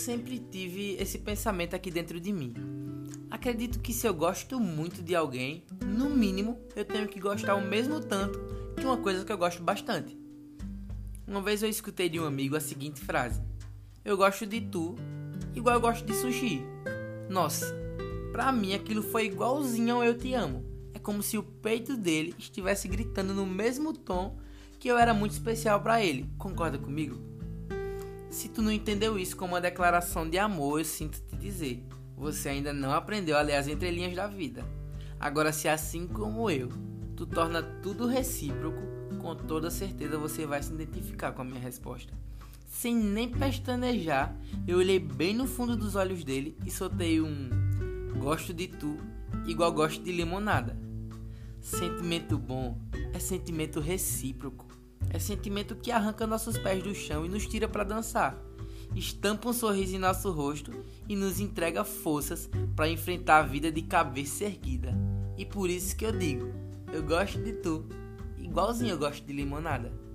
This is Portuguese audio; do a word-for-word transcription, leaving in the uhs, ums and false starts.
sempre tive esse pensamento aqui dentro de mim. Acredito que se eu gosto muito de alguém, no mínimo eu tenho que gostar o mesmo tanto que uma coisa que eu gosto bastante. Uma vez eu escutei de um amigo a seguinte frase: eu gosto de tu igual eu gosto de sushi. Nossa, pra mim aquilo foi igualzinho ao eu te amo. É como se o peito dele estivesse gritando no mesmo tom que eu era muito especial pra ele. Concorda comigo? Se tu não entendeu isso como uma declaração de amor, eu sinto te dizer, você ainda não aprendeu a ler as entrelinhas da vida. Agora, se assim como eu, tu torna tudo recíproco, com toda certeza você vai se identificar com a minha resposta. Sem nem pestanejar, eu olhei bem no fundo dos olhos dele e soltei um gosto de tu igual gosto de limonada. Sentimento bom é sentimento recíproco. É sentimento que arranca nossos pés do chão e nos tira para dançar. Estampa um sorriso em nosso rosto e nos entrega forças para enfrentar a vida de cabeça erguida. E por isso que eu digo, eu gosto de tu, igualzinho eu gosto de limonada.